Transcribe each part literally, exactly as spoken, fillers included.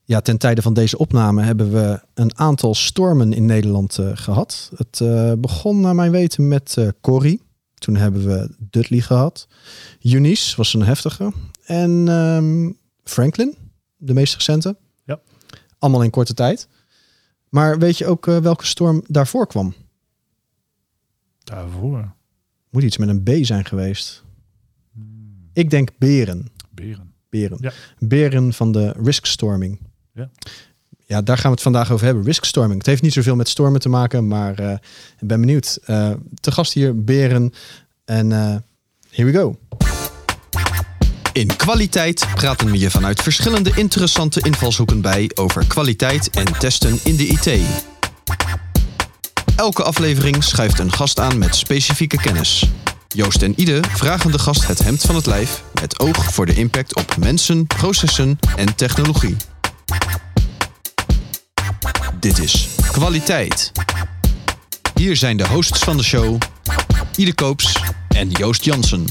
Ja, ten tijde van deze opname hebben we een aantal stormen in Nederland uh, gehad. Het uh, begon naar mijn weten met uh, Corrie. Toen hebben we Dudley gehad. Eunice was een heftige. En um, Franklin, de meest recente. Ja. Allemaal in korte tijd. Maar weet je ook uh, welke storm daarvoor kwam? Daarvoor? Moet iets met een B zijn geweest. Hmm. Ik denk Beren. Beren. Beren. Ja. Beren van de riskstorming. Ja. Ja, daar gaan we het vandaag over hebben. Riskstorming. Het heeft niet zoveel met stormen te maken, maar uh, ik ben benieuwd. Uh, te gast hier, Beren. En uh, here we go. In Kwaliteit praten we je vanuit verschillende interessante invalshoeken bij over kwaliteit en testen in de I T. Elke aflevering schuift een gast aan met specifieke kennis. Joost en Ide vragen de gast het hemd van het lijf met oog voor de impact op mensen, processen en technologie. Dit is Kwaliteit. Hier zijn de hosts van de show, Ide Koops en Joost Jansen.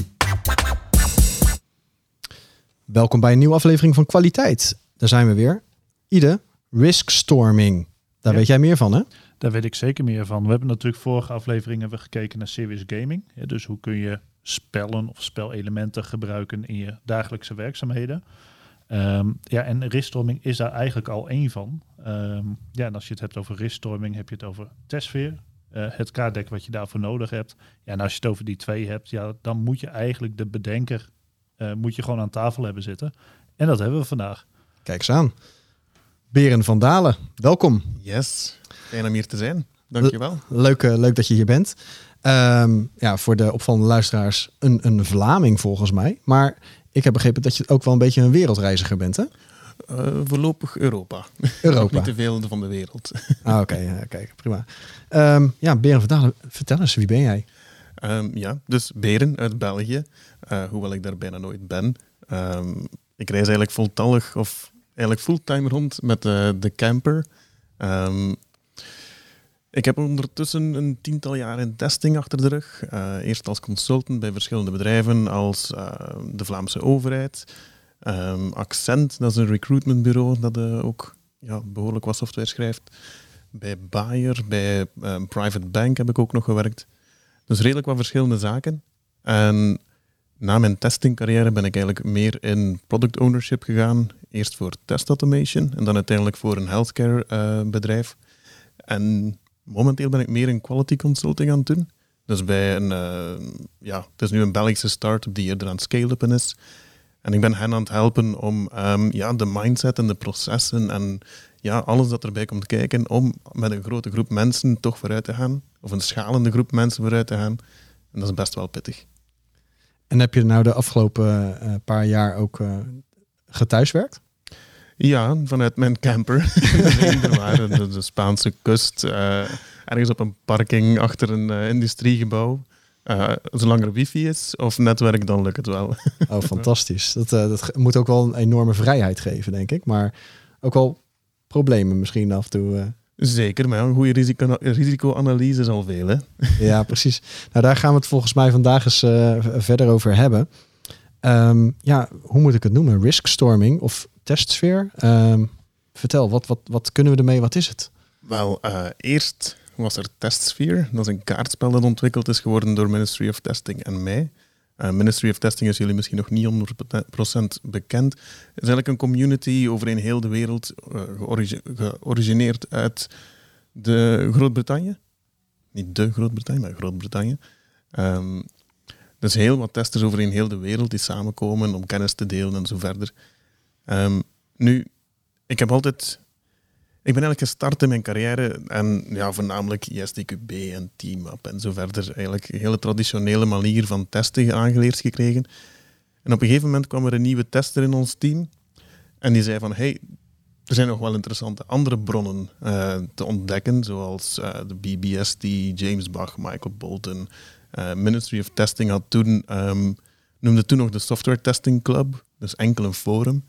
Welkom bij een nieuwe aflevering van Kwaliteit. Daar zijn we weer. Ide, riskstorming. Daar ja. weet jij meer van, hè? Daar weet ik zeker meer van. We hebben natuurlijk vorige afleveringen hebben we gekeken naar serious gaming. Ja, dus hoe kun je spellen of spelelementen gebruiken in je dagelijkse werkzaamheden. Um, ja, en riskstorming is daar eigenlijk al één van. Um, ja, en als je het hebt over riskstorming, heb je het over Testsphere. Uh, het kaartdek wat je daarvoor nodig hebt. Ja, en als je het over die twee hebt, ja, dan moet je eigenlijk de bedenker uh, moet je gewoon aan tafel hebben zitten. En dat hebben we vandaag. Kijk eens aan. Beren van Dalen, welkom. Yes, fijn om hier te zijn. Dankjewel. Leuk, uh, leuk dat je hier bent. Um, ja, voor de opvallende luisteraars een, een Vlaming volgens mij. Maar ik heb begrepen dat je ook wel een beetje een wereldreiziger bent, hè? Uh, voorlopig Europa. Europa. Niet te veel van de wereld. Ah, Oké, okay, uh, kijk, prima. Um, ja, Beren van Dalen, vertel eens, wie ben jij? Um, ja, dus Beren uit België. Uh, hoewel ik daar bijna nooit ben. Um, ik reis eigenlijk voltallig of eigenlijk fulltime rond met uh, de camper. Um, ik heb ondertussen een tiental jaar in testing achter de rug. Uh, eerst als consultant bij verschillende bedrijven als uh, de Vlaamse overheid. Um, Accent, dat is een recruitmentbureau dat uh, ook ja, behoorlijk wat software schrijft. Bij Bayer, bij um, Private Bank heb ik ook nog gewerkt. Dus redelijk wat verschillende zaken. En na mijn testingcarrière ben ik eigenlijk meer in product ownership gegaan. Eerst voor test automation en dan uiteindelijk voor een healthcare uh, bedrijf. En momenteel ben ik meer in quality consulting aan het doen. Dus bij een, uh, ja, het is nu een Belgische start-up die eerder aan het scale-upen is. En ik ben hen aan het helpen om um, ja, de mindset en de processen en ja, alles dat erbij komt kijken om met een grote groep mensen toch vooruit te gaan. Of een schalende groep mensen vooruit te gaan. En dat is best wel pittig. En heb je nou de afgelopen uh, paar jaar ook uh, gethuiswerkt? Ja, vanuit mijn camper. de, de, de Spaanse kust. Uh, ergens op een parking achter een uh, industriegebouw. Uh, zolang er wifi is of netwerk, dan lukt het wel. Oh, fantastisch. Dat, uh, dat moet ook wel een enorme vrijheid geven, denk ik. Maar ook wel problemen misschien af en toe. Uh. Zeker, maar een goede risico- risicoanalyse is al veel, hè? Ja, precies. Nou, daar gaan we het volgens mij vandaag eens uh, verder over hebben. Um, ja, hoe moet ik het noemen? Riskstorming of testsfeer? Um, vertel, wat, wat, wat kunnen we ermee? Wat is het? Wel, uh, eerst was er Testsphere. Dat is een kaartspel dat ontwikkeld is geworden door Ministry of Testing en mij. Uh, Ministry of Testing is jullie misschien nog niet honderd procent bekend. Het is eigenlijk een community over in heel de wereld, uh, georigi- georigineerd uit de Groot-Brittannië. Niet de Groot-Brittannië, maar Groot-Brittannië. Um, dus heel wat testers over in heel de wereld die samenkomen om kennis te delen en zo verder. Um, nu, ik heb altijd... Ik ben eigenlijk gestart in mijn carrière en ja, voornamelijk I S T Q B en Teamup en zo verder. Eigenlijk een hele traditionele manier van testen aangeleerd gekregen. En op een gegeven moment kwam er een nieuwe tester in ons team en die zei van, hey, er zijn nog wel interessante andere bronnen uh, te ontdekken, zoals uh, de B B S T, James Bach, Michael Bolton. Uh, Ministry of Testing had toen, um, noemde toen nog de Software Testing Club, dus enkel een forum.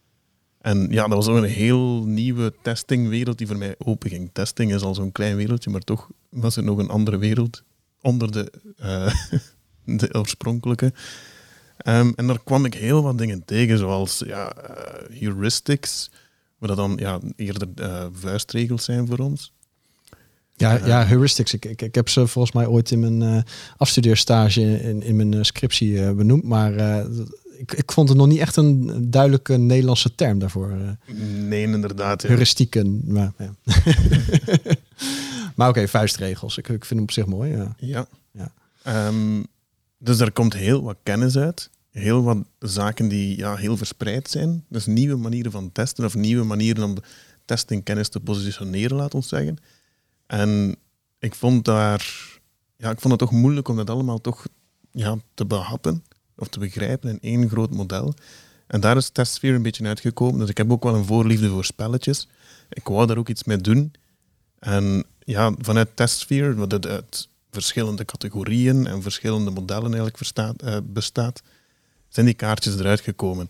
En ja, dat was ook een heel nieuwe testingwereld die voor mij openging. Testing is al zo'n klein wereldje, maar toch was het nog een andere wereld onder de, uh, de oorspronkelijke. Um, en daar kwam ik heel wat dingen tegen, zoals ja, uh, heuristics, waar dat dan ja, eerder uh, vuistregels zijn voor ons. Ja, uh, ja heuristics. Ik, ik, ik heb ze volgens mij ooit in mijn uh, afstudeerstage in, in mijn uh, scriptie uh, benoemd, maar uh, ik, ik vond het nog niet echt een duidelijke Nederlandse term daarvoor. Uh. Nee, inderdaad. Ja. Heuristieken. Maar, ja. maar oké, okay, vuistregels. Ik, ik vind hem op zich mooi. Ja. ja. ja. Um, dus er komt heel wat kennis uit. Heel wat zaken die ja, heel verspreid zijn. Dus nieuwe manieren van testen of nieuwe manieren om testingkennis te positioneren, laat ons zeggen. En ik vond daar, ja, ik vond het toch moeilijk om dat allemaal toch ja, te behappen of te begrijpen in één groot model. En daar is TestSphere een beetje uitgekomen. Dus ik heb ook wel een voorliefde voor spelletjes. Ik wou daar ook iets mee doen. En ja, vanuit TestSphere, wat het uit verschillende categorieën en verschillende modellen eigenlijk verstaat, uh, bestaat, zijn die kaartjes eruit gekomen.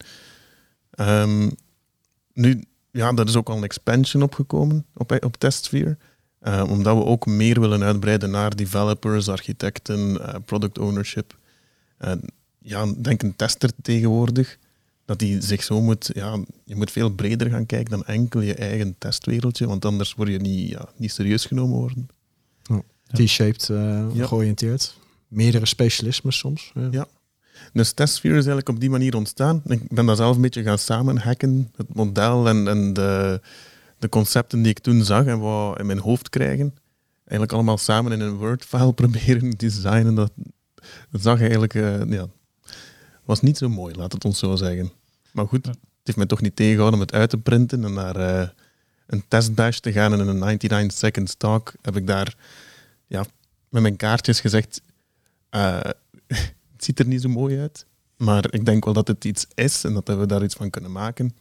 Um, nu, ja, daar is ook al een expansion opgekomen op, op TestSphere. Uh, omdat we ook meer willen uitbreiden naar developers, architecten, uh, product ownership. Uh, ja, denk een tester tegenwoordig, dat die zich zo moet... Ja, je moet veel breder gaan kijken dan enkel je eigen testwereldje, want anders word je niet, ja, niet serieus genomen worden. Oh, T-shaped uh, ja. georiënteerd. Meerdere specialismen soms. Ja. ja. Dus TestSphere is eigenlijk op die manier ontstaan. Ik ben dat zelf een beetje gaan samenhacken, het model en, en de... de concepten die ik toen zag en wou in mijn hoofd krijgen, eigenlijk allemaal samen in een Word-file proberen designen. Dat, dat zag eigenlijk, uh, ja, was niet zo mooi, laat het ons zo zeggen. Maar goed, het heeft mij toch niet tegengehouden om het uit te printen en naar uh, een testbash te gaan en in een negenennegentig seconds talk heb ik daar ja, met mijn kaartjes gezegd, uh, het ziet er niet zo mooi uit, maar ik denk wel dat het iets is en dat we daar iets van kunnen maken.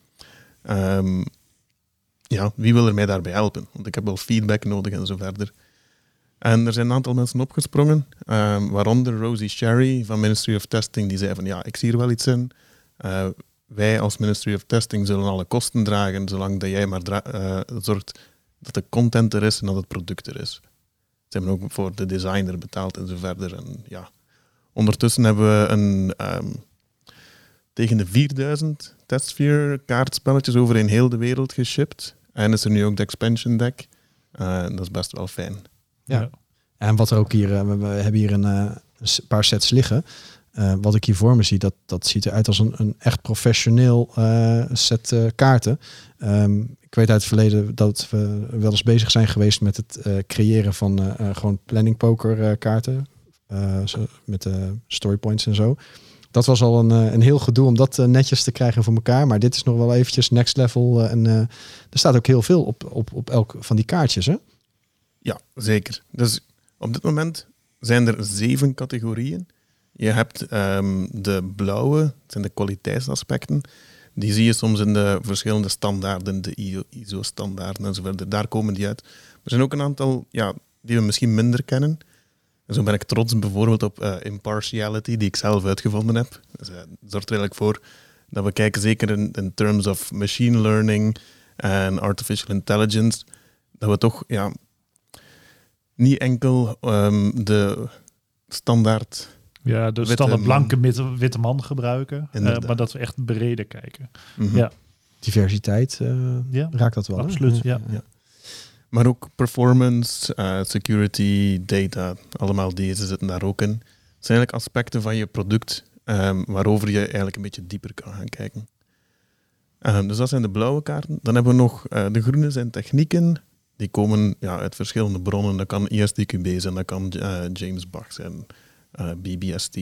Um, Ja, wie wil er mij daarbij helpen? Want ik heb wel feedback nodig en zo verder. En er zijn een aantal mensen opgesprongen, um, waaronder Rosie Sherry van Ministry of Testing, die zei van ja, ik zie er wel iets in. Uh, wij als Ministry of Testing zullen alle kosten dragen, zolang dat jij maar dra- uh, zorgt dat de content er is en dat het product er is. Ze hebben ook voor de designer betaald en zo verder. En ja, ondertussen hebben we een... Um, tegen de vierduizend TestSphere kaartspelletjes over in heel de wereld geshipped. En is er nu ook de expansion deck. Uh, dat is best wel fijn. Ja. ja. En wat er ook hier, uh, we hebben hier een, uh, een paar sets liggen. Uh, wat ik hier voor me zie, dat, dat ziet eruit als een, een echt professioneel uh, set uh, kaarten. Um, ik weet uit het verleden dat we wel eens bezig zijn geweest met het uh, creëren van uh, uh, gewoon planning poker uh, kaarten. Uh, zo, met uh, storypoints en zo. Dat was al een, een heel gedoe om dat netjes te krijgen voor elkaar. Maar dit is nog wel eventjes next level. En uh, er staat ook heel veel op, op, op elk van die kaartjes, hè? Ja, zeker. Dus op dit moment zijn er zeven categorieën. Je hebt um, de blauwe, dat zijn de kwaliteitsaspecten. Die zie je soms in de verschillende standaarden, de I S O-standaarden en zo verder. Daar komen die uit. Er zijn ook een aantal ja, die we misschien minder kennen. En zo ben ik trots bijvoorbeeld op uh, impartiality, die ik zelf uitgevonden heb. Dus, uh, dat zorgt er eigenlijk voor dat we kijken, zeker in, in terms of machine learning en artificial intelligence, dat we toch ja, niet enkel um, de standaard... Ja, de standaard blanke witte, witte man gebruiken, uh, maar dat we echt breder kijken. Mm-hmm. Ja. Diversiteit uh, ja. raakt dat wel. Absoluut, hè? ja. ja. ja. Maar ook performance, uh, security, data, allemaal deze zitten daar ook in. Het zijn eigenlijk aspecten van je product um, waarover je eigenlijk een beetje dieper kan gaan kijken. Um, dus dat zijn de blauwe kaarten. Dan hebben we nog uh, de groene zijn technieken. Die komen ja, uit verschillende bronnen. Dat kan I S T Q B zijn, dat kan uh, James Bach zijn, uh, B B S T.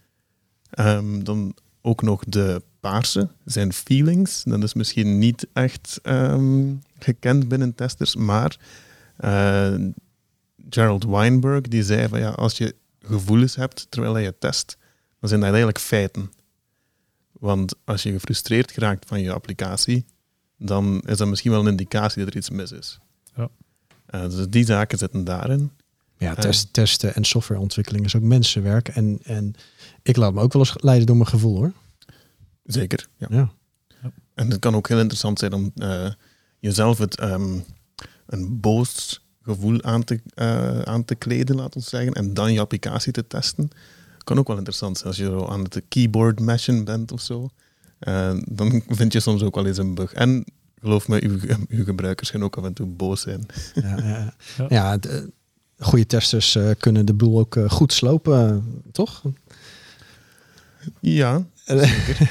Um, dan ook nog de paarse zijn feelings. Dat is misschien niet echt um, gekend binnen testers, maar uh, Gerald Weinberg die zei van ja, als je gevoelens hebt terwijl je test, dan zijn dat eigenlijk feiten. Want als je gefrustreerd geraakt van je applicatie, dan is dat misschien wel een indicatie dat er iets mis is. Ja. Uh, dus die zaken zitten daarin. Ja, test, testen en softwareontwikkeling is ook mensenwerk. En, en ik laat me ook wel eens leiden door mijn gevoel, hoor. Zeker, ja. ja. En het kan ook heel interessant zijn om uh, jezelf het, um, een boos gevoel aan te, uh, aan te kleden, laat ons zeggen, en dan je applicatie te testen. Kan ook wel interessant zijn als je zo aan het keyboard mashen bent of zo. Uh, dan vind je soms ook wel eens een bug. En geloof me, uw, uw gebruikers gaan ook af en toe boos zijn. Ja, ja. Ja. ja de, goede testers uh, kunnen de boel ook uh, goed slopen, uh, toch? Ja, zeker.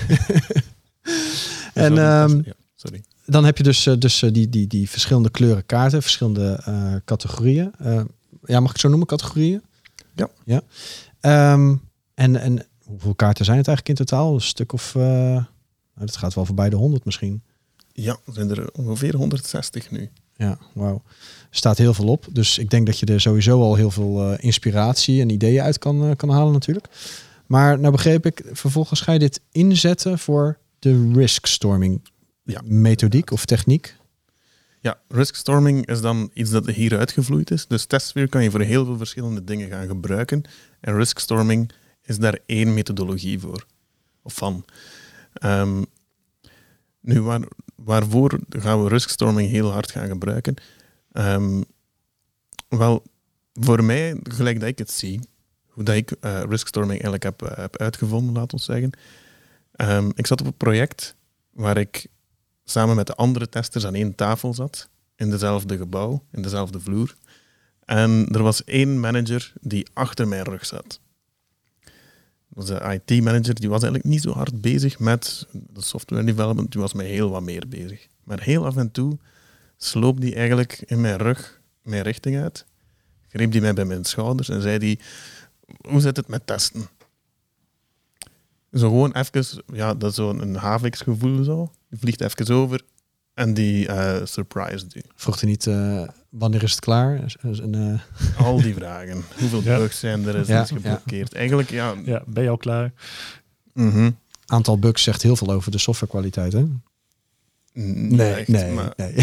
en um, ja, sorry. Dan heb je dus, uh, dus uh, die, die, die verschillende kleuren kaarten, verschillende uh, categorieën. Uh, ja, mag ik het zo noemen, categorieën? Ja. ja. Um, en, en hoeveel kaarten zijn het eigenlijk in totaal? Een stuk of... Uh, nou, dat gaat wel voorbij de honderd misschien. Ja, er zijn er ongeveer honderdzestig nu. Ja, wauw. Er staat heel veel op. Dus ik denk dat je er sowieso al heel veel uh, inspiratie en ideeën uit kan, uh, kan halen natuurlijk. Maar nou begreep ik, vervolgens ga je dit inzetten voor de risk storming ja, methodiek of techniek. Ja, risk storming is dan iets dat hieruit gevloeid is. Dus TestSphere kan je voor heel veel verschillende dingen gaan gebruiken. En risk storming is daar één methodologie voor. Of van. Um, nu, waar, waarvoor gaan we risk storming heel hard gaan gebruiken? Um, wel, voor mij, gelijk dat ik het zie, hoe dat ik uh, risk storming eigenlijk heb, uh, heb uitgevonden, laten we zeggen. Um, ik zat op een project waar ik samen met de andere testers aan één tafel zat, in dezelfde gebouw, in dezelfde vloer. En er was één manager die achter mijn rug zat. Dat was de I T-manager, die was eigenlijk niet zo hard bezig met de software development, die was met heel wat meer bezig. Maar heel af en toe sloop die eigenlijk in mijn rug mijn richting uit, greep die mij bij mijn schouders en zei die, hoe zit het met testen? Zo gewoon even, ja, dat is zo'n H V X-gevoel zo. Je vliegt even over en die uh, surprised you. Vroeg hij niet, uh, wanneer is het klaar? En, uh... Al die vragen. Hoeveel ja. bugs zijn er? Is ja, iets geblokkeerd? Ja. Eigenlijk, ja... Ja, ben je al klaar? Mm-hmm. Aantal bugs zegt heel veel over de softwarekwaliteit, hè? Nee, echt, nee, maar... nee.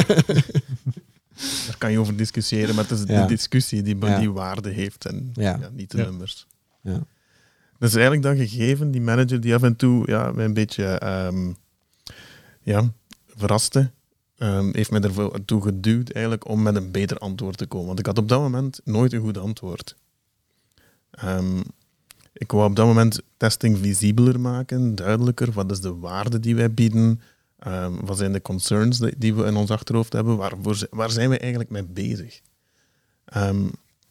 Daar kan je over discussiëren, maar het is ja. de discussie die, ja. die waarde heeft en ja. Ja, niet de ja. nummers. Ja. Dus eigenlijk dat gegeven, die manager die af en toe ja, mij een beetje um, ja, verraste, um, heeft mij ertoe geduwd eigenlijk om met een beter antwoord te komen. Want ik had op dat moment nooit een goed antwoord. Um, ik wou op dat moment testing visibeler maken, duidelijker. Wat is de waarde die wij bieden? Um, wat zijn de concerns die we in ons achterhoofd hebben? Waarvoor, waar zijn we eigenlijk mee bezig? Um,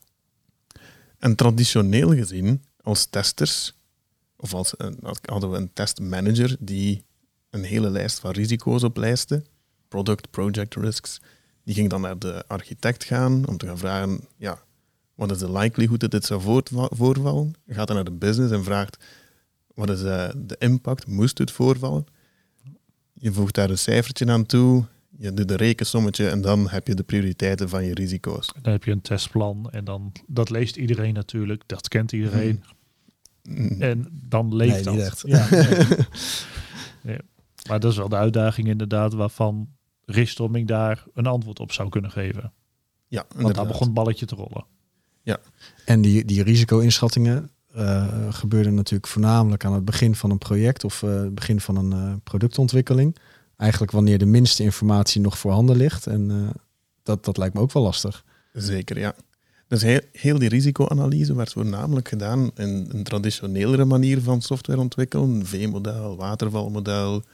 en traditioneel gezien, als testers, of als, als hadden we een testmanager die een hele lijst van risico's oplijstte, product, project risks, die ging dan naar de architect gaan om te gaan vragen, ja, wat is de likelihood dat dit zou voorvallen? Gaat dan naar de business en vraagt, wat is de, de impact, moest het voorvallen? Je voegt daar een cijfertje aan toe, je doet een rekensommetje en dan heb je de prioriteiten van je risico's. Dan heb je een testplan en dan, dat leest iedereen natuurlijk, dat kent iedereen. Mm. En dan leeft nee, dat. Niet echt. Ja, nee. Nee. Maar dat is wel de uitdaging inderdaad waarvan riskstorming daar een antwoord op zou kunnen geven. Ja, inderdaad. Want daar begon het balletje te rollen. Ja. En die, die risico-inschattingen uh, gebeurden natuurlijk voornamelijk aan het begin van een project of uh, het begin van een uh, productontwikkeling. Eigenlijk wanneer de minste informatie nog voorhanden ligt. En uh, dat, dat lijkt me ook wel lastig. Zeker, ja. Dus heel, heel die risicoanalyse werd voornamelijk gedaan in een traditionelere manier van software ontwikkelen. Een V-model, watervalmodel.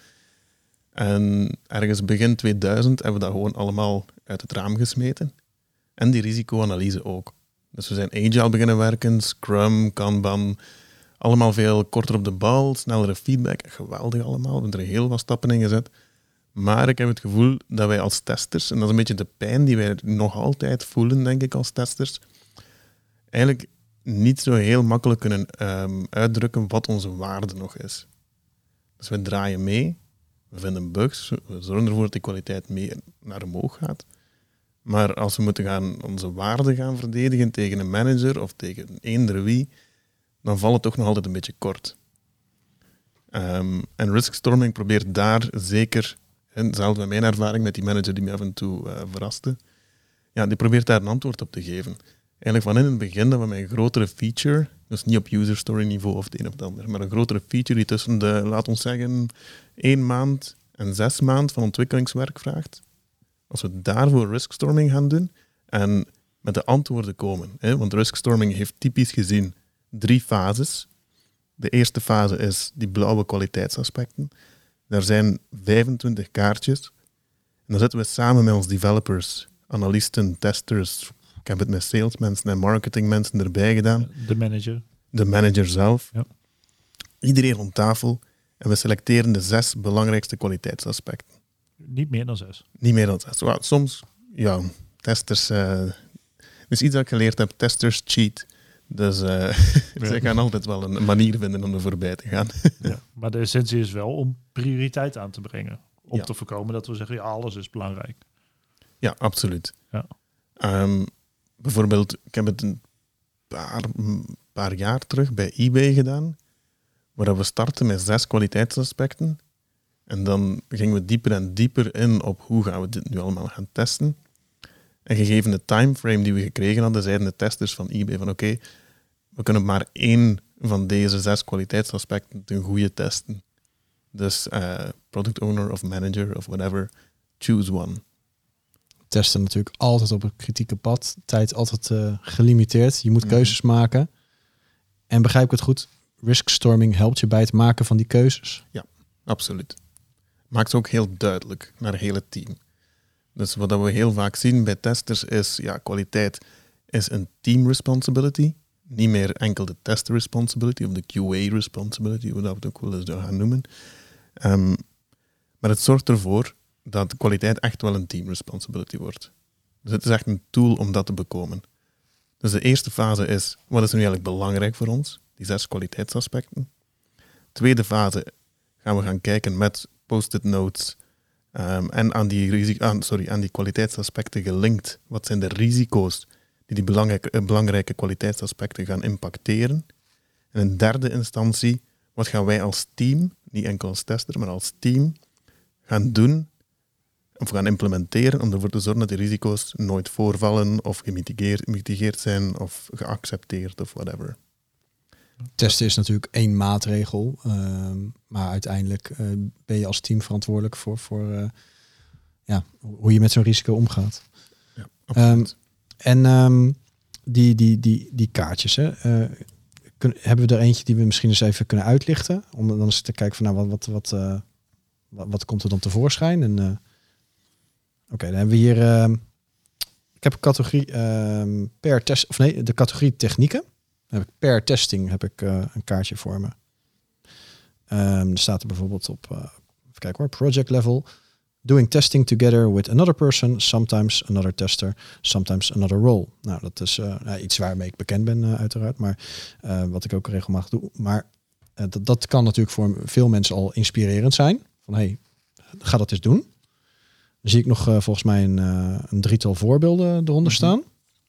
En ergens begin tweeduizend hebben we dat gewoon allemaal uit het raam gesmeten. En die risicoanalyse ook. Dus we zijn agile beginnen werken, Scrum, Kanban. Allemaal veel korter op de bal, snellere feedback. Geweldig allemaal, we hebben er heel wat stappen in gezet. Maar ik heb het gevoel dat wij als testers, en dat is een beetje de pijn die wij nog altijd voelen, denk ik, als testers, eigenlijk niet zo heel makkelijk kunnen um, uitdrukken wat onze waarde nog is. Dus we draaien mee, we vinden bugs, we zorgen ervoor dat die kwaliteit meer naar omhoog gaat. Maar als we moeten gaan onze waarde gaan verdedigen tegen een manager of tegen eender wie, dan valt het toch nog altijd een beetje kort. Um, en risk storming probeert daar zeker, en hetzelfde met mijn ervaring met die manager die me af en toe uh, verraste, ja, die probeert daar een antwoord op te geven. Eigenlijk van in het begin dat we met een grotere feature, dus niet op user story niveau of het een of het ander, maar een grotere feature die tussen de, laat ons zeggen, één maand en zes maand van ontwikkelingswerk vraagt. Als we daarvoor riskstorming gaan doen en met de antwoorden komen, hè, want riskstorming heeft typisch gezien drie fases. De eerste fase is die blauwe kwaliteitsaspecten. Daar zijn vijfentwintig kaartjes dan zitten we samen met onze developers, analisten, testers. Ik heb het met salesmensen en marketingmensen erbij gedaan. De manager. De manager zelf. Ja. Iedereen rond tafel. En we selecteren de zes belangrijkste kwaliteitsaspecten. Niet meer dan zes. Niet meer dan zes. Well, soms, ja, testers... Uh, dus iets dat ik geleerd heb, testers cheat. Dus uh, ja. zij gaan altijd wel een manier vinden om er voorbij te gaan. Ja. Maar de essentie is wel om prioriteit aan te brengen. Om ja. te voorkomen dat we zeggen, ja, alles is belangrijk. Ja, absoluut. Ja. Um, bijvoorbeeld, ik heb het een paar, een paar jaar terug bij eBay gedaan, waar we starten met zes kwaliteitsaspecten. En dan gingen we dieper en dieper in op hoe gaan we dit nu allemaal gaan testen. En gegeven de timeframe die we gekregen hadden, zeiden de testers van eBay van oké, okay, we kunnen maar één van deze zes kwaliteitsaspecten ten goede testen. Dus uh, product owner of manager of whatever, choose one. Testen natuurlijk altijd op het kritieke pad. Tijd altijd uh, gelimiteerd. Je moet mm-hmm. keuzes maken. En begrijp ik het goed, riskstorming helpt je bij het maken van die keuzes? Ja, absoluut. Maakt het ook heel duidelijk naar het hele team. Dus wat we heel vaak zien bij testers is, ja, kwaliteit is een team responsibility. Niet meer enkel de tester responsibility of de Q A responsibility, hoe dat we het ook wel eens gaan noemen. Um, maar het zorgt ervoor dat de kwaliteit echt wel een team responsibility wordt. Dus het is echt een tool om dat te bekomen. Dus de eerste fase is, wat is nu eigenlijk belangrijk voor ons? Die zes kwaliteitsaspecten. Tweede fase gaan we gaan kijken met post-it notes um, en aan die, risico, aan, sorry, aan die kwaliteitsaspecten gelinkt. Wat zijn de risico's die die belangrijke, belangrijke kwaliteitsaspecten gaan impacteren? En in derde instantie, wat gaan wij als team, niet enkel als tester, maar als team, gaan doen of gaan implementeren om ervoor te zorgen dat die risico's nooit voorvallen of gemitigeerd, gemitigeerd zijn of geaccepteerd of whatever. Testen is natuurlijk één maatregel, uh, maar uiteindelijk uh, ben je als team verantwoordelijk voor, voor uh, ja, hoe je met zo'n risico omgaat. Ja, absoluut. Um, en um, die, die, die, die kaartjes, hè, uh, kun, hebben we er eentje die we misschien eens even kunnen uitlichten? Om dan eens te kijken van nou, wat, wat, wat, uh, wat, wat komt er dan tevoorschijn? En, uh, Oké, okay, dan hebben we hier... Uh, ik heb een categorie uh, per test, of nee, de categorie technieken. Dan heb ik per testing heb ik uh, een kaartje voor me. Um, er staat er bijvoorbeeld op, uh, even kijken hoor, project level. Doing testing together with another person, sometimes another tester, sometimes another role. Nou, dat is uh, nou, iets waarmee ik bekend ben uh, uiteraard, maar uh, wat ik ook regelmatig doe. Maar uh, dat, dat kan natuurlijk voor veel mensen al inspirerend zijn. Van hey, ga dat eens doen. Dan zie ik nog uh, volgens mij een, uh, een drietal voorbeelden eronder staan.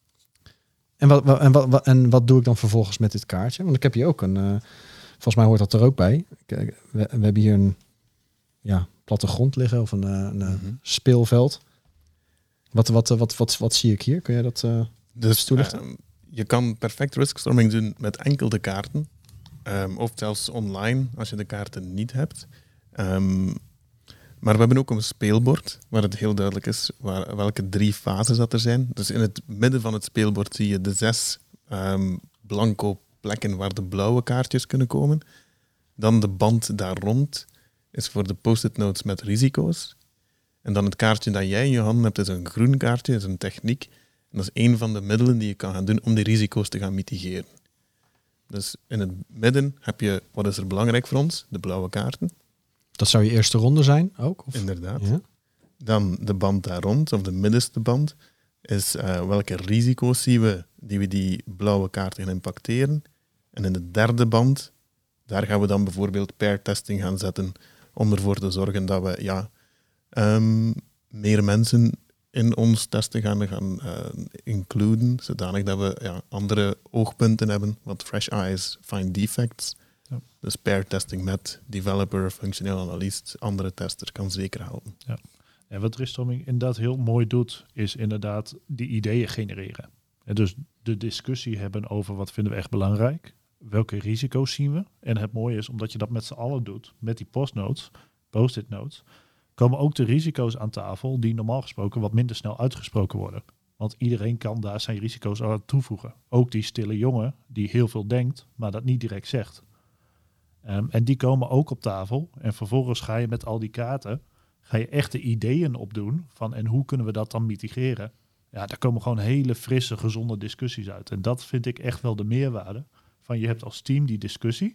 En wat, wat, en, wat, en wat doe ik dan vervolgens met dit kaartje? Want ik heb hier ook een... Uh, volgens mij hoort dat er ook bij. Kijk, we, we hebben hier een ja, plattegrond liggen of een, een mm-hmm. speelveld. Wat, wat, wat, wat, wat zie ik hier? Kun je dat uh, dus toelichten? Uh, je kan perfect riskstorming doen met enkel de kaarten. Um, of zelfs online als je de kaarten niet hebt. Um, Maar we hebben ook een speelbord waar het heel duidelijk is waar, welke drie fases dat er zijn. Dus in het midden van het speelbord zie je de zes um, blanco plekken waar de blauwe kaartjes kunnen komen. Dan de band daar rond is voor de post-it notes met risico's. En dan het kaartje dat jij in je handen hebt is een groen kaartje, is een techniek. En dat is één van de middelen die je kan gaan doen om die risico's te gaan mitigeren. Dus in het midden heb je, wat is er belangrijk voor ons? De blauwe kaarten. Dat zou je eerste ronde zijn ook? Of? Inderdaad. Ja. Dan de band daar rond, of de middenste band, is uh, welke risico's zien we die we die blauwe kaarten gaan impacteren. En in de derde band, daar gaan we dan bijvoorbeeld pair testing gaan zetten om ervoor te zorgen dat we ja, um, meer mensen in ons testen gaan, gaan uh, includen, zodanig dat we ja, andere oogpunten hebben, wat fresh eyes find defects. Ja. Dus pair testing met developer, functioneel analist, andere testers kan zeker helpen. Ja. En wat riskstorming inderdaad heel mooi doet, is inderdaad die ideeën genereren. En dus de discussie hebben over wat vinden we echt belangrijk, welke risico's zien we. En het mooie is, omdat je dat met z'n allen doet, met die postnotes, post-it notes, komen ook de risico's aan tafel die normaal gesproken wat minder snel uitgesproken worden. Want iedereen kan daar zijn risico's aan toevoegen. Ook die stille jongen die heel veel denkt, maar dat niet direct zegt. Um, en die komen ook op tafel. En vervolgens ga je met al die kaarten, ga je echte ideeën opdoen van en hoe kunnen we dat dan mitigeren? Ja, daar komen gewoon hele frisse, gezonde discussies uit. En dat vind ik echt wel de meerwaarde. Van je hebt als team die discussie.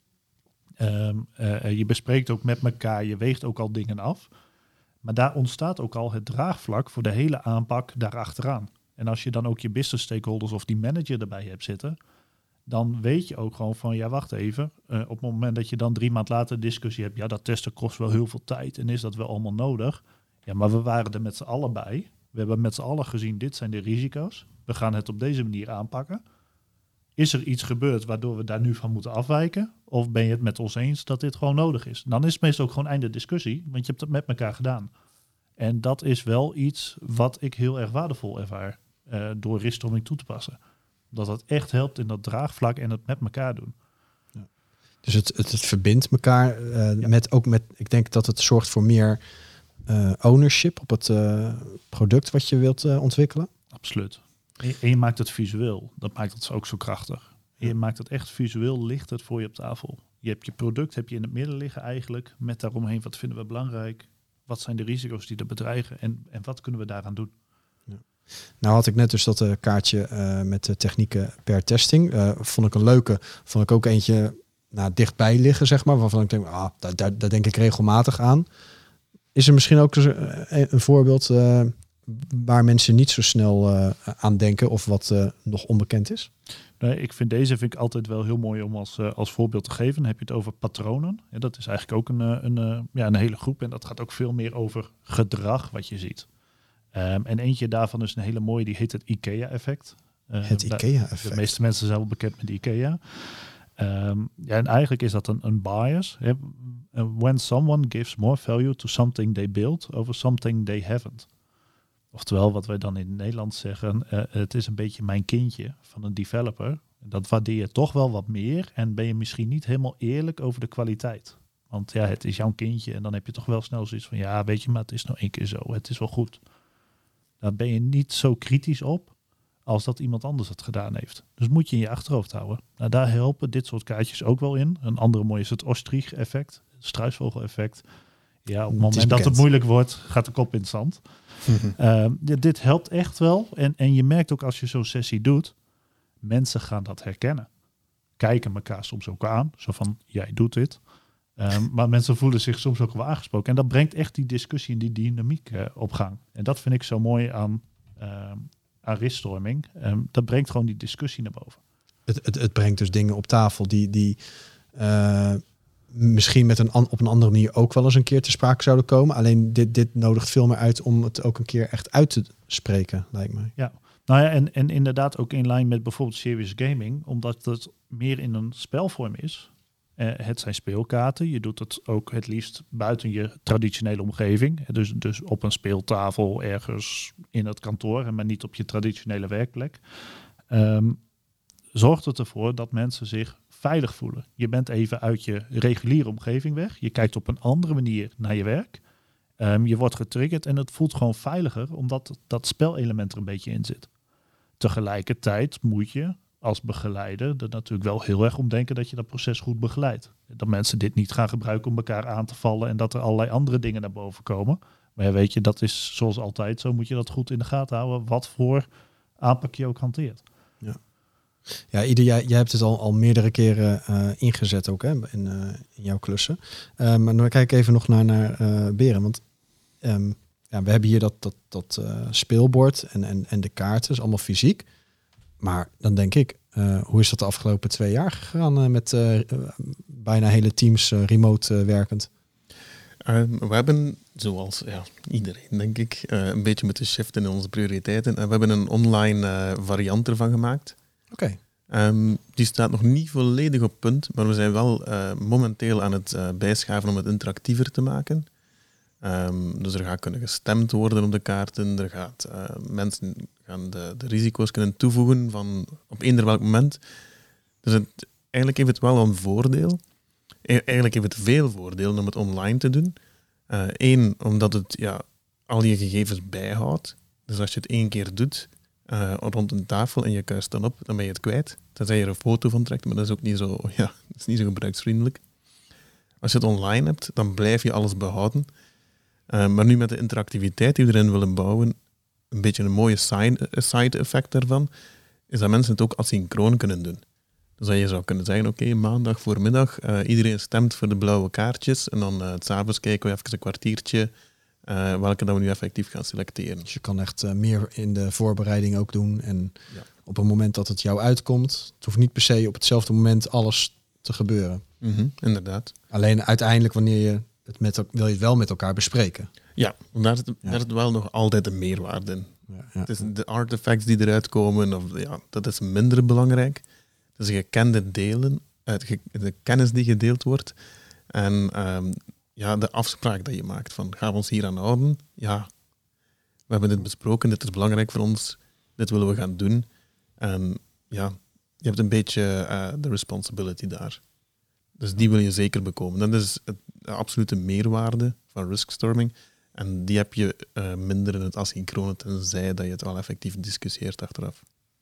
Um, uh, je bespreekt ook met elkaar, je weegt ook al dingen af. Maar daar ontstaat ook al het draagvlak voor de hele aanpak daarachteraan. En als je dan ook je business stakeholders of die manager erbij hebt zitten, dan weet je ook gewoon van, ja, wacht even. Uh, op het moment dat je dan drie maand later discussie hebt, ja, dat testen kost wel heel veel tijd en is dat wel allemaal nodig? Ja, maar we waren er met z'n allen bij. We hebben met z'n allen gezien, dit zijn de risico's. We gaan het op deze manier aanpakken. Is er iets gebeurd waardoor we daar nu van moeten afwijken? Of ben je het met ons eens dat dit gewoon nodig is? Dan is het meestal ook gewoon einde discussie, want je hebt het met elkaar gedaan. En dat is wel iets wat ik heel erg waardevol ervaar uh, door riskstorming toe te passen. Dat het echt helpt in dat draagvlak en het met elkaar doen. Ja. Dus het, het, het verbindt elkaar uh, ja. met ook met. Ik denk dat het zorgt voor meer uh, ownership op het uh, product wat je wilt uh, ontwikkelen. Absoluut. En je, en je maakt het visueel. Dat maakt het ook zo krachtig. En je maakt het echt visueel, ligt het voor je op tafel. Je hebt je product heb je in het midden liggen eigenlijk. Met daaromheen, wat vinden we belangrijk? Wat zijn de risico's die er bedreigen? En, en wat kunnen we daaraan doen? Ja. Nou had ik net dus dat uh, kaartje uh, met de technieken per testing. Uh, vond ik een leuke. Vond ik ook eentje nou, dichtbij liggen, zeg maar. Waarvan ik denk, ah, daar, daar, daar denk ik regelmatig aan. Is er misschien ook een, een voorbeeld uh, waar mensen niet zo snel uh, aan denken of wat uh, nog onbekend is? Nee, ik vind deze vind ik altijd wel heel mooi om als, uh, als voorbeeld te geven. Dan heb je het over patronen. Ja, dat is eigenlijk ook een, een, een, ja, een hele groep. En dat gaat ook veel meer over gedrag wat je ziet. Um, en eentje daarvan is een hele mooie, die heet het IKEA-effect. Uh, het IKEA-effect. De meeste mensen zijn wel bekend met IKEA. Um, ja, en eigenlijk is dat een, een bias. Hè? When someone gives more value to something they build over something they haven't. Oftewel, wat wij dan in het Nederlands zeggen, uh, het is een beetje mijn kindje van een developer. Dat waardeer je toch wel wat meer en ben je misschien niet helemaal eerlijk over de kwaliteit. Want ja, het is jouw kindje en dan heb je toch wel snel zoiets van, ja, weet je, maar het is nou één keer zo, het is wel goed. Daar ben je niet zo kritisch op als dat iemand anders het gedaan heeft. Dus moet je in je achterhoofd houden. Nou, daar helpen dit soort kaartjes ook wel in. Een andere mooie is het Ostrich-effect, het struisvogel-effect. Ja, op het moment het dat het moeilijk wordt, gaat de kop in het zand. uh, dit, dit helpt echt wel. En, en je merkt ook als je zo'n sessie doet, mensen gaan dat herkennen. Kijken elkaar soms ook aan. Zo van, jij doet dit. Um, maar mensen voelen zich soms ook wel aangesproken. En dat brengt echt die discussie en die dynamiek uh, op gang. En dat vind ik zo mooi aan, uh, aan riskstorming. Um, dat brengt gewoon die discussie naar boven. Het, het, het brengt dus dingen op tafel die... die uh... misschien met een an, op een andere manier ook wel eens een keer te sprake zouden komen. Alleen dit, dit nodigt veel meer uit om het ook een keer echt uit te spreken, lijkt mij. Ja, nou ja, en, en inderdaad ook in lijn met bijvoorbeeld serious gaming, omdat het meer in een spelvorm is. Uh, het zijn speelkaarten. Je doet het ook het liefst buiten je traditionele omgeving. Dus, dus op een speeltafel ergens in het kantoor, maar niet op je traditionele werkplek. Um, zorgt het ervoor dat mensen zich veilig voelen. Je bent even uit je reguliere omgeving weg. Je kijkt op een andere manier naar je werk. Um, je wordt getriggerd en het voelt gewoon veiliger, omdat dat spelelement er een beetje in zit. Tegelijkertijd moet je als begeleider er natuurlijk wel heel erg om denken dat je dat proces goed begeleidt. Dat mensen dit niet gaan gebruiken om elkaar aan te vallen en dat er allerlei andere dingen naar boven komen. Maar ja, weet je, dat is zoals altijd zo, moet je dat goed in de gaten houden, wat voor aanpak je ook hanteert. Ja. Ja, Ieder, jij, jij hebt het al, al meerdere keren uh, ingezet ook hè, in, uh, in jouw klussen. Uh, maar dan kijk ik even nog naar, naar uh, Beren. Want um, ja, we hebben hier dat, dat, dat uh, speelbord en, en, en de kaarten, is allemaal fysiek. Maar dan denk ik, uh, hoe is dat de afgelopen twee jaar gegaan uh, met uh, bijna hele teams uh, remote uh, werkend? Uh, we hebben, zoals ja, iedereen denk ik, uh, een beetje moeten shiften in onze prioriteiten. En we hebben een online uh, variant ervan gemaakt. Oké. Okay. Um, die staat nog niet volledig op punt, maar we zijn wel uh, momenteel aan het uh, bijschaven om het interactiever te maken. Um, dus er gaat kunnen gestemd worden op de kaarten, er gaat, uh, mensen gaan de, de risico's kunnen toevoegen van op eender welk moment. Dus het, eigenlijk heeft het wel een voordeel. E- eigenlijk heeft het veel voordelen om het online te doen. Eén, uh, omdat het ja, al je gegevens bijhoudt. Dus als je het één keer doet, Uh, rond een tafel en je kuist dan op, dan ben je het kwijt. Tenzij je er een foto van trekt, maar dat is ook niet zo, ja, dat is niet zo gebruiksvriendelijk. Als je het online hebt, dan blijf je alles behouden. Uh, maar nu met de interactiviteit die we erin willen bouwen, een beetje een mooie side, side effect daarvan, is dat mensen het ook asynchroon kunnen doen. Dus dat je zou kunnen zeggen, oké, okay, maandag voormiddag, uh, iedereen stemt voor de blauwe kaartjes en dan uh, 's avonds kijken we even een kwartiertje uh, welke dat we nu effectief gaan selecteren. Dus je kan echt uh, meer in de voorbereiding ook doen en ja. op het moment dat het jou uitkomt, het hoeft niet per se op hetzelfde moment alles te gebeuren. Mm-hmm, inderdaad. Alleen uiteindelijk wanneer je het met wil je het wel met elkaar bespreken. Ja, want daar zit, ja. daar zit wel nog altijd een meerwaarde in. Ja, ja. Het is de artifacts die eruit komen, of, ja, dat is minder belangrijk. Dus gekende delen, de kennis die gedeeld wordt en um, ja, de afspraak dat je maakt van gaan we ons hier aan houden? Ja, we hebben dit besproken, dit is belangrijk voor ons, dit willen we gaan doen. En ja, je hebt een beetje uh, de responsibility daar. Dus die wil je zeker bekomen. Dat is het, de absolute meerwaarde van riskstorming. En die heb je uh, minder in het asynchrone, tenzij dat je het wel effectief discussieert achteraf.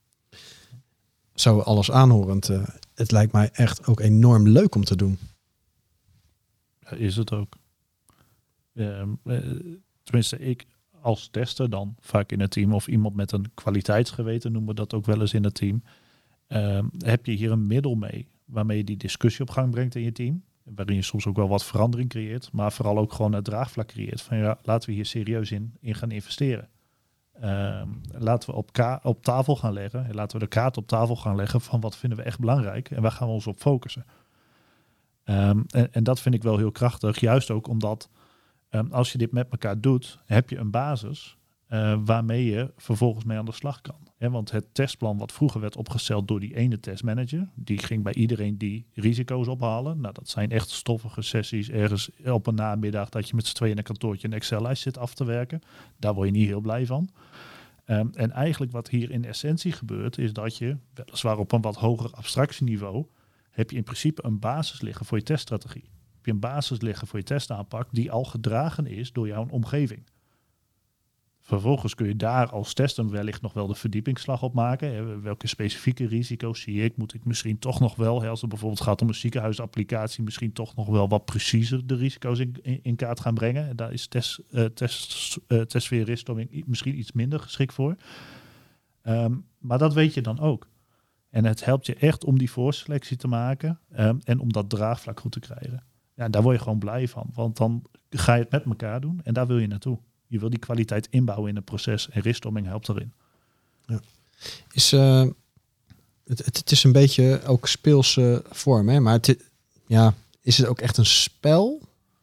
Zo alles aanhorend, uh, het lijkt mij echt ook enorm leuk om te doen. Ja, is het ook. Uh, uh, tenminste, ik als tester dan vaak in het team, of iemand met een kwaliteitsgeweten, noemen we dat ook wel eens in het team, uh, heb je hier een middel mee, waarmee je die discussie op gang brengt in je team, waarin je soms ook wel wat verandering creëert, maar vooral ook gewoon het draagvlak creëert. Van ja, laten we hier serieus in, in gaan investeren. Uh, laten we op, ka- op tafel gaan leggen. En laten we de kaart op tafel gaan leggen van wat vinden we echt belangrijk en waar gaan we ons op focussen. Um, en, en dat vind ik wel heel krachtig. Juist ook omdat um, als je dit met elkaar doet, heb je een basis uh, waarmee je vervolgens mee aan de slag kan. He, want het testplan wat vroeger werd opgesteld door die ene testmanager, die ging bij iedereen die risico's ophalen. Nou, dat zijn echt stoffige sessies ergens op een namiddag dat je met z'n tweeën in een kantoortje een Excel-lijst zit af te werken. Daar word je niet heel blij van. Um, en eigenlijk wat hier in essentie gebeurt, is dat je, weliswaar op een wat hoger abstractieniveau, heb je in principe een basis liggen voor je teststrategie. Heb je een basis liggen voor je testaanpak die al gedragen is door jouw omgeving. Vervolgens kun je daar als tester wellicht nog wel de verdiepingsslag op maken. Welke specifieke risico's zie ik? Moet ik misschien toch nog wel, als het bijvoorbeeld gaat om een ziekenhuisapplicatie, misschien toch nog wel wat preciezer de risico's in, in, in kaart gaan brengen. Daar is test, uh, test, uh, testsfeer riskstorming misschien iets minder geschikt voor. Um, maar dat weet je dan ook. En het helpt je echt om die voorselectie te maken um, en om dat draagvlak goed te krijgen. Ja, daar word je gewoon blij van, want dan ga je het met elkaar doen en daar wil je naartoe. Je wil die kwaliteit inbouwen in het proces en riskstorming helpt erin. Ja. Is, uh, het, het is een beetje ook speelse vorm, hè? Maar het, ja, is het ook echt een spel?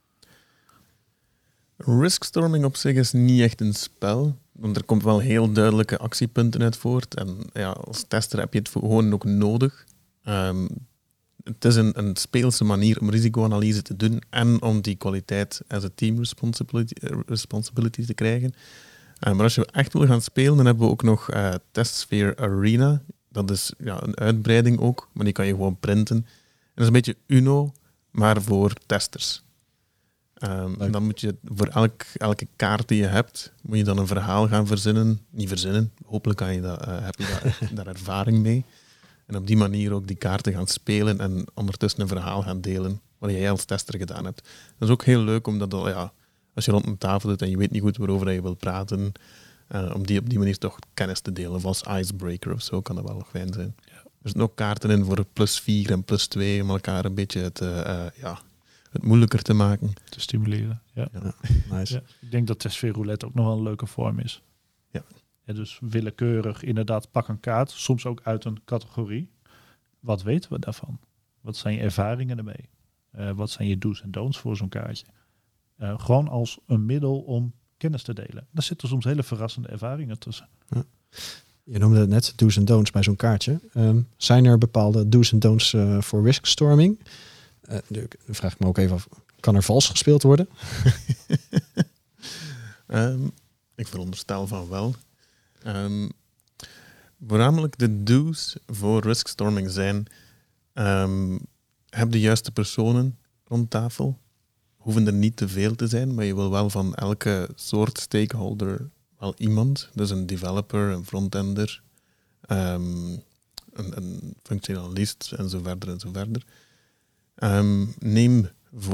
Riskstorming op zich is niet echt een spel. Want er komt wel heel duidelijke actiepunten uit voort. En ja, als tester heb je het gewoon ook nodig. Um, het is een, een speelse manier om risicoanalyse te doen en om die kwaliteit as a team responsibility, responsibility te krijgen. Uh, maar als je echt wil gaan spelen, dan hebben we ook nog uh, TestSphere Arena. Dat is ja, een uitbreiding ook, maar die kan je gewoon printen. En dat is een beetje Uno, maar voor testers. Um, en dan moet je voor elk, elke kaart die je hebt, moet je dan een verhaal gaan verzinnen. Niet verzinnen, hopelijk kan je dat, uh, heb je daar, daar ervaring mee. En op die manier ook die kaarten gaan spelen en ondertussen een verhaal gaan delen, wat jij als tester gedaan hebt. Dat is ook heel leuk, omdat dat, ja, als je rond een tafel zit en je weet niet goed waarover je wilt praten, uh, om die op die manier toch kennis te delen. Of als icebreaker of zo kan dat wel fijn zijn. Ja. Er zitten ook kaarten in voor plus vier en plus twee, om elkaar een beetje het, uh, uh, ja, het moeilijker te maken. Te stimuleren, ja. Ja, nice. Ja, ik denk dat testsfeer roulette ook nog wel een leuke vorm is. Ja. Ja, dus willekeurig inderdaad pak een kaart, soms ook uit een categorie. Wat weten we daarvan? Wat zijn je ervaringen ermee? Uh, wat zijn je do's en don'ts voor zo'n kaartje? Uh, gewoon als een middel om kennis te delen. Daar zitten soms hele verrassende ervaringen tussen. Ja. Je noemde het net do's en don'ts bij zo'n kaartje. Um, zijn er bepaalde do's en don'ts uh, voor riskstorming? Uh, nu vraag ik me ook even af, kan er vals gespeeld worden? um, ik veronderstel van wel. Um, voornamelijk de do's voor riskstorming zijn, um, heb de juiste personen rond tafel. Hoeven er niet te veel te zijn, maar je wil wel van elke soort stakeholder wel iemand. Dus een developer, een frontender, um, een, een functionalist en zo verder en zo verder. Um, neem voor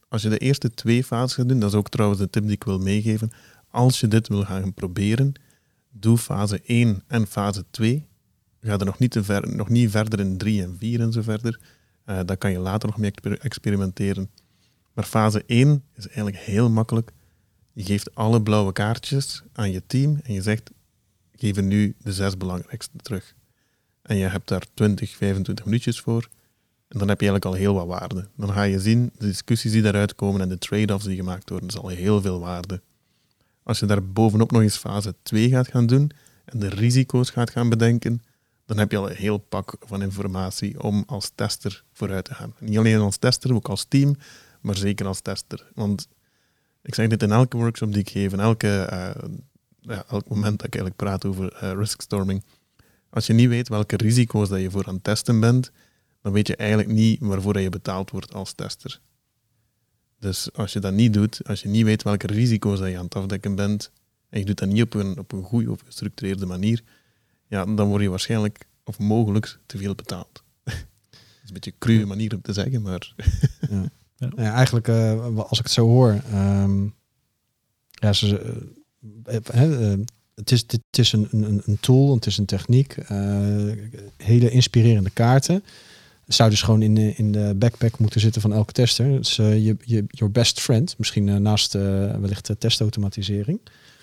als je de eerste twee fases gaat doen, dat is ook trouwens de tip die ik wil meegeven, als je dit wil gaan proberen, doe fase één en fase twee. Ga er nog niet, te ver, nog niet verder in drie en vier en zo verder. Uh, daar kan je later nog mee experimenteren. Maar fase één is eigenlijk heel makkelijk. Je geeft alle blauwe kaartjes aan je team en je zegt, geef er nu de zes belangrijkste terug. En je hebt daar twintig, vijfentwintig minuutjes voor. En dan heb je eigenlijk al heel wat waarde. Dan ga je zien, de discussies die daaruit komen en de trade-offs die gemaakt worden, is al heel veel waarde. Als je daar bovenop nog eens fase twee gaat gaan doen en de risico's gaat gaan bedenken, dan heb je al een heel pak van informatie om als tester vooruit te gaan. Niet alleen als tester, ook als team, maar zeker als tester. Want ik zeg dit in elke workshop die ik geef, in elke, uh, ja, elk moment dat ik eigenlijk praat over uh, riskstorming. Als je niet weet welke risico's dat je voor aan het testen bent, dan weet je eigenlijk niet waarvoor je betaald wordt als tester. Dus als je dat niet doet, als je niet weet welke risico's dat je aan het afdekken bent, en je doet dat niet op een, op een goede of gestructureerde manier, ja, dan word je waarschijnlijk of mogelijk te veel betaald. Dat is een beetje een cruwe manier om te zeggen, maar... ja. Ja. Ja, eigenlijk, uh, als ik het zo hoor, um, ja, ze, uh, uh, uh, het is, het is een, een, een tool, het is een techniek, uh, hele inspirerende kaarten. Het zou dus gewoon in de, in de backpack moeten zitten van elke tester. Het is uh, je, je, your best friend, misschien uh, naast uh, wellicht de testautomatisering.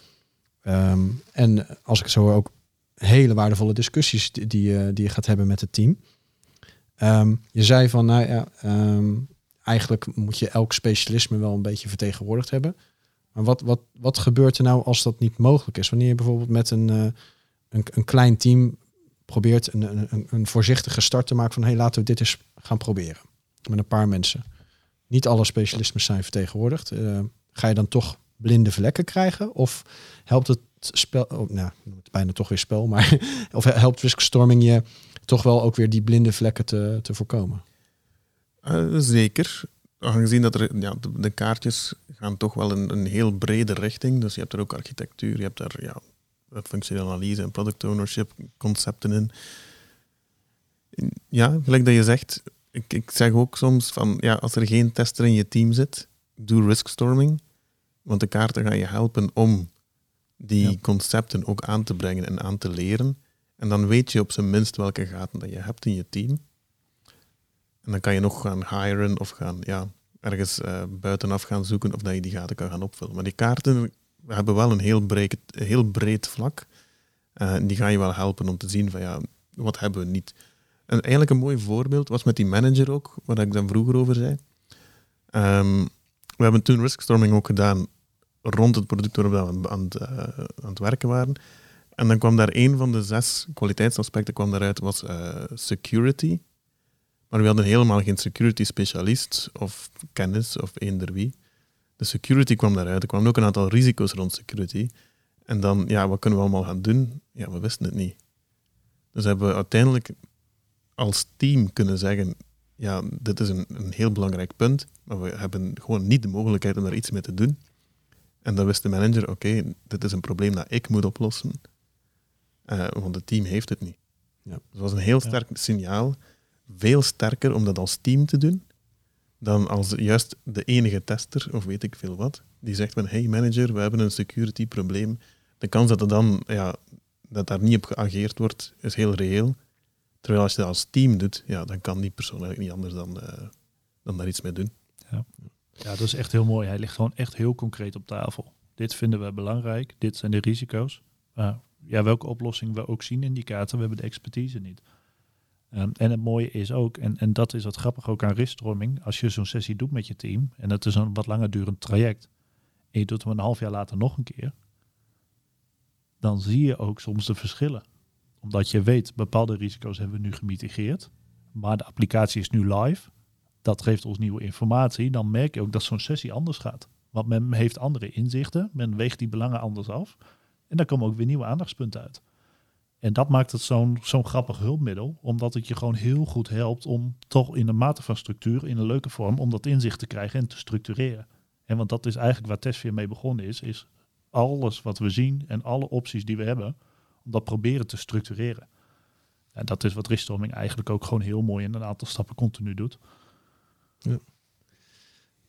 Um, en als ik het zo hoor, ook hele waardevolle discussies die, die, uh, die je gaat hebben met het team. Um, je zei van, nou ja... Um, Eigenlijk moet je elk specialisme wel een beetje vertegenwoordigd hebben. Maar wat, wat, wat gebeurt er nou als dat niet mogelijk is? Wanneer je bijvoorbeeld met een, uh, een, een klein team probeert een, een, een voorzichtige start te maken van... hé, hey, laten we dit eens gaan proberen. Met een paar mensen. Niet alle specialismen zijn vertegenwoordigd. Uh, ga je dan toch blinde vlekken krijgen? Of helpt het spel... Oh, nou, het bijna toch weer spel. Maar of helpt riskstorming je toch wel ook weer die blinde vlekken te, te voorkomen? Uh, zeker. Aangezien dat er, ja, de, de kaartjes gaan toch wel in een heel brede richting. Dus je hebt er ook architectuur, je hebt daar ja, functionele analyse en product ownership concepten in. Ja, gelijk dat je zegt, ik, ik zeg ook soms van, ja, als er geen tester in je team zit, doe riskstorming. Want de kaarten gaan je helpen om die ja. concepten ook aan te brengen en aan te leren. En dan weet je op zijn minst welke gaten dat je hebt in je team. En dan kan je nog gaan hiren of gaan ja, ergens uh, buitenaf gaan zoeken of dat je die gaten kan gaan opvullen. Maar die kaarten hebben wel een heel breed, heel breed vlak. Uh, en die gaan je wel helpen om te zien van ja, wat hebben we niet. En eigenlijk een mooi voorbeeld was met die manager ook, waar ik dan vroeger over zei. Um, we hebben toen riskstorming ook gedaan rond het product waar we aan, aan, het, uh, aan het werken waren. En dan kwam daar een van de zes kwaliteitsaspecten kwam daaruit, was uh, security. Maar we hadden helemaal geen security specialist of kennis of eender wie. De security kwam daaruit. Er kwamen ook een aantal risico's rond security. En dan, ja, wat kunnen we allemaal gaan doen? Ja, we wisten het niet. Dus hebben we uiteindelijk als team kunnen zeggen, ja, dit is een, een heel belangrijk punt, maar we hebben gewoon niet de mogelijkheid om daar iets mee te doen. En dan wist de manager, oké, okay, dit is een probleem dat ik moet oplossen, uh, want het team heeft het niet. Ja. Dus dat was een heel sterk ja. signaal. Veel sterker om dat als team te doen dan als juist de enige tester, of weet ik veel wat, die zegt van, hey manager, we hebben een security probleem. De kans dat er dan, ja, dat daar niet op geageerd wordt, is heel reëel. Terwijl als je dat als team doet, ja, dan kan die persoon eigenlijk niet anders dan, uh, dan daar iets mee doen. Ja. ja, dat is echt heel mooi. Hij ligt gewoon echt heel concreet op tafel. Dit vinden we belangrijk, dit zijn de risico's. Uh, ja, welke oplossing we ook zien in die kaarten, we hebben de expertise niet. Um, en het mooie is ook, en, en dat is wat grappig ook aan riskstorming, als je zo'n sessie doet met je team, en dat is een wat langer durend traject, en je doet hem een half jaar later nog een keer, dan zie je ook soms de verschillen. Omdat je weet, bepaalde risico's hebben we nu gemitigeerd, maar de applicatie is nu live, dat geeft ons nieuwe informatie, dan merk je ook dat zo'n sessie anders gaat. Want men heeft andere inzichten, men weegt die belangen anders af, en daar komen ook weer nieuwe aandachtspunten uit. En dat maakt het zo'n, zo'n grappig hulpmiddel, omdat het je gewoon heel goed helpt om toch in een mate van structuur, in een leuke vorm, om dat inzicht te krijgen en te structureren. En want dat is eigenlijk waar Testview mee begonnen is, is alles wat we zien en alle opties die we hebben, om dat proberen te structureren. En dat is wat riskstorming eigenlijk ook gewoon heel mooi in een aantal stappen continu doet. Ja.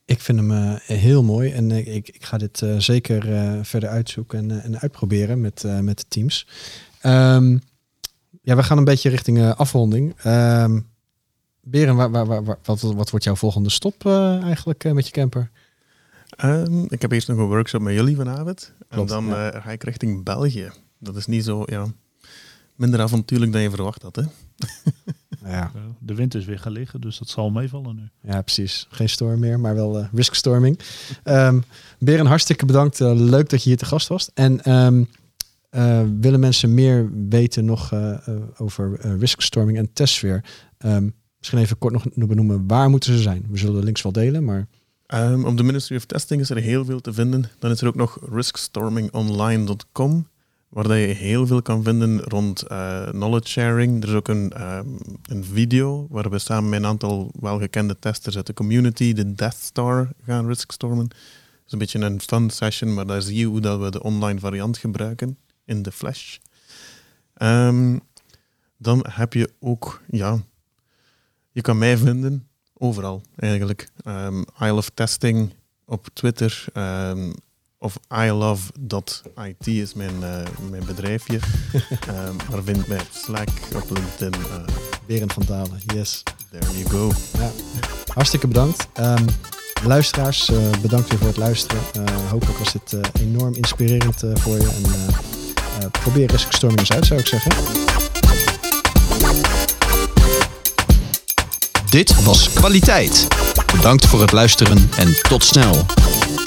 Ik vind hem uh, heel mooi en uh, ik, ik ga dit uh, zeker uh, verder uitzoeken en, uh, en uitproberen met, uh, met de teams. Um, ja, we gaan een beetje richting uh, afronding. Um, Beren, waar, waar, waar, waar, wat, wat wordt jouw volgende stop uh, eigenlijk uh, met je camper? Um, ik heb eerst nog een workshop met jullie vanavond. Klopt, en dan ja. uh, ga ik richting België. Dat is niet zo, ja, minder avontuurlijk dan je verwacht had, hè? Ja. De wind is weer gaan liggen, dus dat zal meevallen nu. Ja, precies. Geen storm meer, maar wel uh, riskstorming. Um, Beren, hartstikke bedankt. Uh, leuk dat je hier te gast was. En um, uh, willen mensen meer weten nog uh, uh, over uh, riskstorming en Testsphere? Um, misschien even kort nog benoemen, waar moeten ze zijn? We zullen de links wel delen, maar... Um, op de Ministry of Testing is er heel veel te vinden. Dan is er ook nog risk storming online dot com, waar je heel veel kan vinden rond uh, knowledge sharing. Er is ook een, um, een video waar we samen met een aantal welgekende testers uit de community de Death Star gaan riskstormen. Dat is een beetje een fun session, maar daar zie je hoe dat we de online variant gebruiken in de Flash. Um, dan heb je ook, ja, je kan mij vinden overal eigenlijk. Um, I Love Testing op Twitter. Um, of I love dot I T is mijn, uh, mijn bedrijfje. um, maar vind mij op Slack, op LinkedIn. Uh, Beren van Dalen, yes. There you go. Ja. Hartstikke bedankt. Um, luisteraars, uh, bedankt weer voor het luisteren. Uh, hopelijk was dit uh, enorm inspirerend uh, voor je. En uh, uh, probeer riskstorming eens uit, zou ik zeggen. Dit was Kwaliteit. Bedankt voor het luisteren en tot snel.